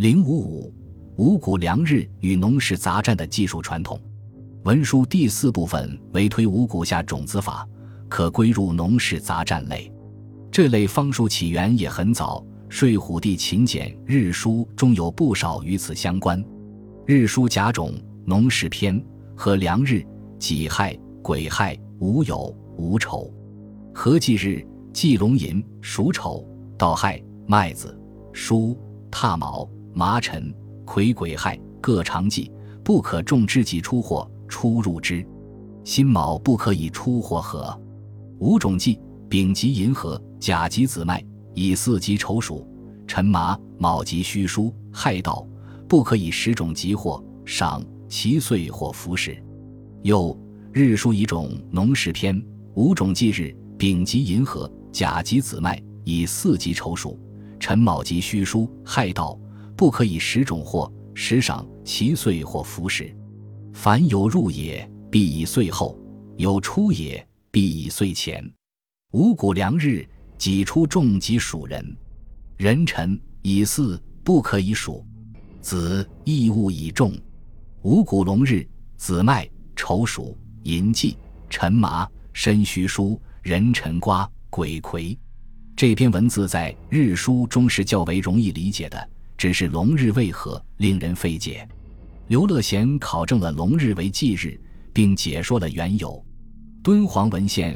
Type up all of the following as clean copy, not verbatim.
055五谷粮日与农事杂战的技术传统。文书第4部分为推五谷下种子法，可归入农事杂战类。这类方术起源也很早，睡虎地秦简日书中有不少与此相关。日书甲种、农事篇和良日、己亥、癸亥、午酉、午丑。合忌日、忌龙寅、属丑、稻亥、麦子、菽、踏卯、麻陈、癸癸亥各长忌，不可种之即出货，出入之。辛卯不可以出货禾。五种忌：丙及寅禾，甲及子麦，乙巳及丑属，辰麻、卯及戌书，亥稻，不可以10种即货，赏、其岁或服食。又日书乙种、农事篇五种忌日：丙及寅禾，甲及子麦，乙巳及丑属，辰卯及戌书，亥稻，不可以10种货，食赏、其岁或服食。凡有入也，必以岁后；有出也，必以岁前。五谷粮日，己出种即属人。壬辰、乙巳不可以属，子亦勿以种。五谷龙日，子麦、丑属、寅忌、辰麻、申戌书、壬辰瓜、癸癸。这篇文字在日书中是较为容易理解的，只是龙日为何令人费解。刘乐贤考证了龙日为忌日，并解说了缘由。敦煌文献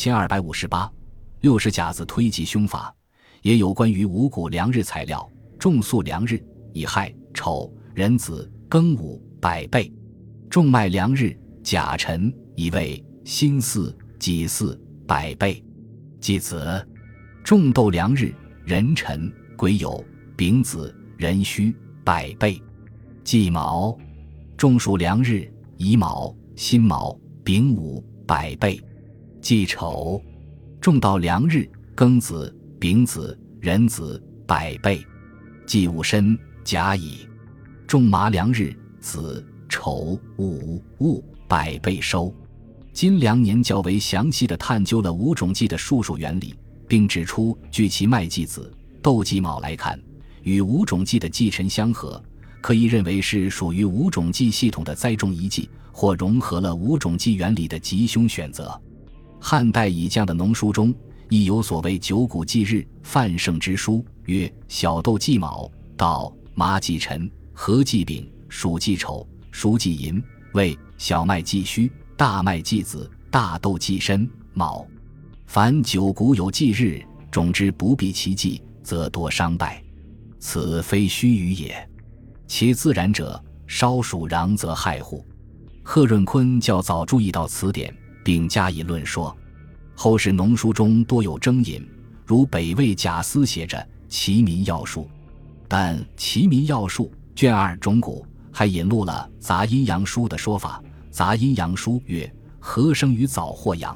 S6258 60甲子推记凶法也有关于五谷粮日材料：种粟粮日，乙亥、丑、壬子、庚午、百倍；种麦粮日，甲辰、乙未、辛巳、己巳、百倍；忌子。种豆粮日，壬辰、癸酉、丙子、壬戌、百倍；忌卯。种黍粮日，乙卯、辛卯、丙午、百倍；忌丑。种稻粮日，庚子、丙子、壬子、百倍；忌戊申、甲乙。种麻粮日，子、丑、午、戊，百倍收。金良年较为详细地探究了五种忌的术数原理，并指出据其麦忌子、豆忌卯来看，与五种忌的忌辰相合，可以认为是属于五种忌系统的栽种遗迹，或融合了五种忌原理的吉凶选择。汉代以降的农书中亦有所谓九谷忌日、范圣之书，曰：小豆忌卯，稻、麻忌辰，禾忌丙，黍忌丑，黍忌寅，未、小麦忌戌，大麦忌子，大豆忌申、卯。凡九谷有忌日，种之不避其忌，则多伤败，此非虚语也。其自然者，稍属壤则害乎。贺润坤较早注意到此点，并加以论说。后世农书中多有征引，如北魏贾思写着《齐民要术》，但《齐民要术》卷2种谷还引录了《杂阴阳书》的说法。杂阴阳书曰：禾生于早或阳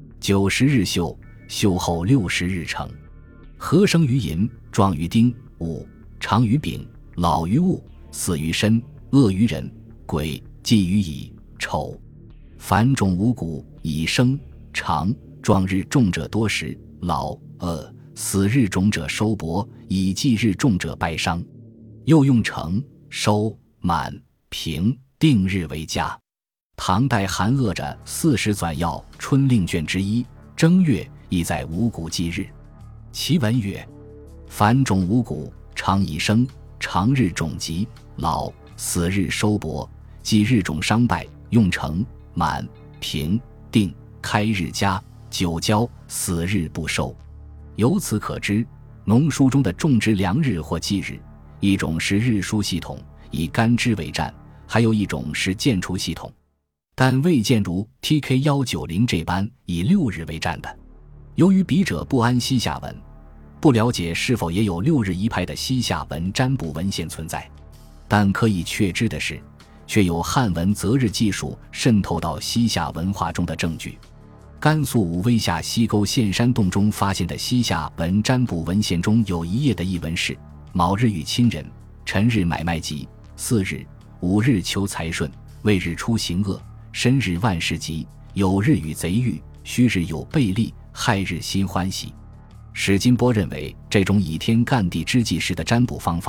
，90日秀，秀后60日成。禾生于寅，壮于丁、午，长于丙，老于戊，死于申，恶于壬，癸，忌于乙、丑。凡种五谷，以生、长、壮日种者多食，老、死日种者收薄，以忌日种者败伤。又用成、收、满、平、定日为佳。唐代韩鄂着40纂要春令卷之一，正月亦在五谷忌日。其文曰：凡种五谷，常以生、长日种吉，老、死日收薄，忌日种伤败，用成、满、平、定、开日佳，久交，死日不收。由此可知，农书中的种植粮日或忌日，一种是日书系统，以干支为占，还有一种是建除系统，但未见如 TK190 这般以6日为占的。由于笔者不谙西夏文，不了解是否也有6日一派的西夏文占卜文献存在，但可以确知的是，却有汉文择日技术渗透到西夏文化中的证据。甘肃武威下西沟县山洞中发现的西夏文占卜文献中有一页的译文是：卯日与亲人，辰日买卖吉，4日、5日求财顺，未日出行恶，申日万事吉，酉日与贼遇，戌日有背利，亥日心欢喜。史金波认为，这种以天干地支纪时的占卜方法，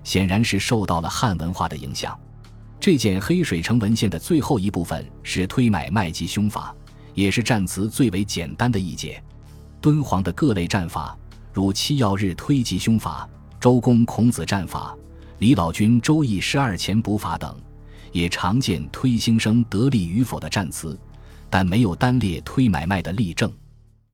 显然是受到了汉文化的影响。这件黑水城文献的最后一部分是推买卖吉凶法，也是战词最为简单的一节。敦煌的各类战法，如七曜日推吉凶法、周公孔子战法、李老君周易12钱卜法等，也常见推兴生得利与否的战词，但没有单列推买卖的例证。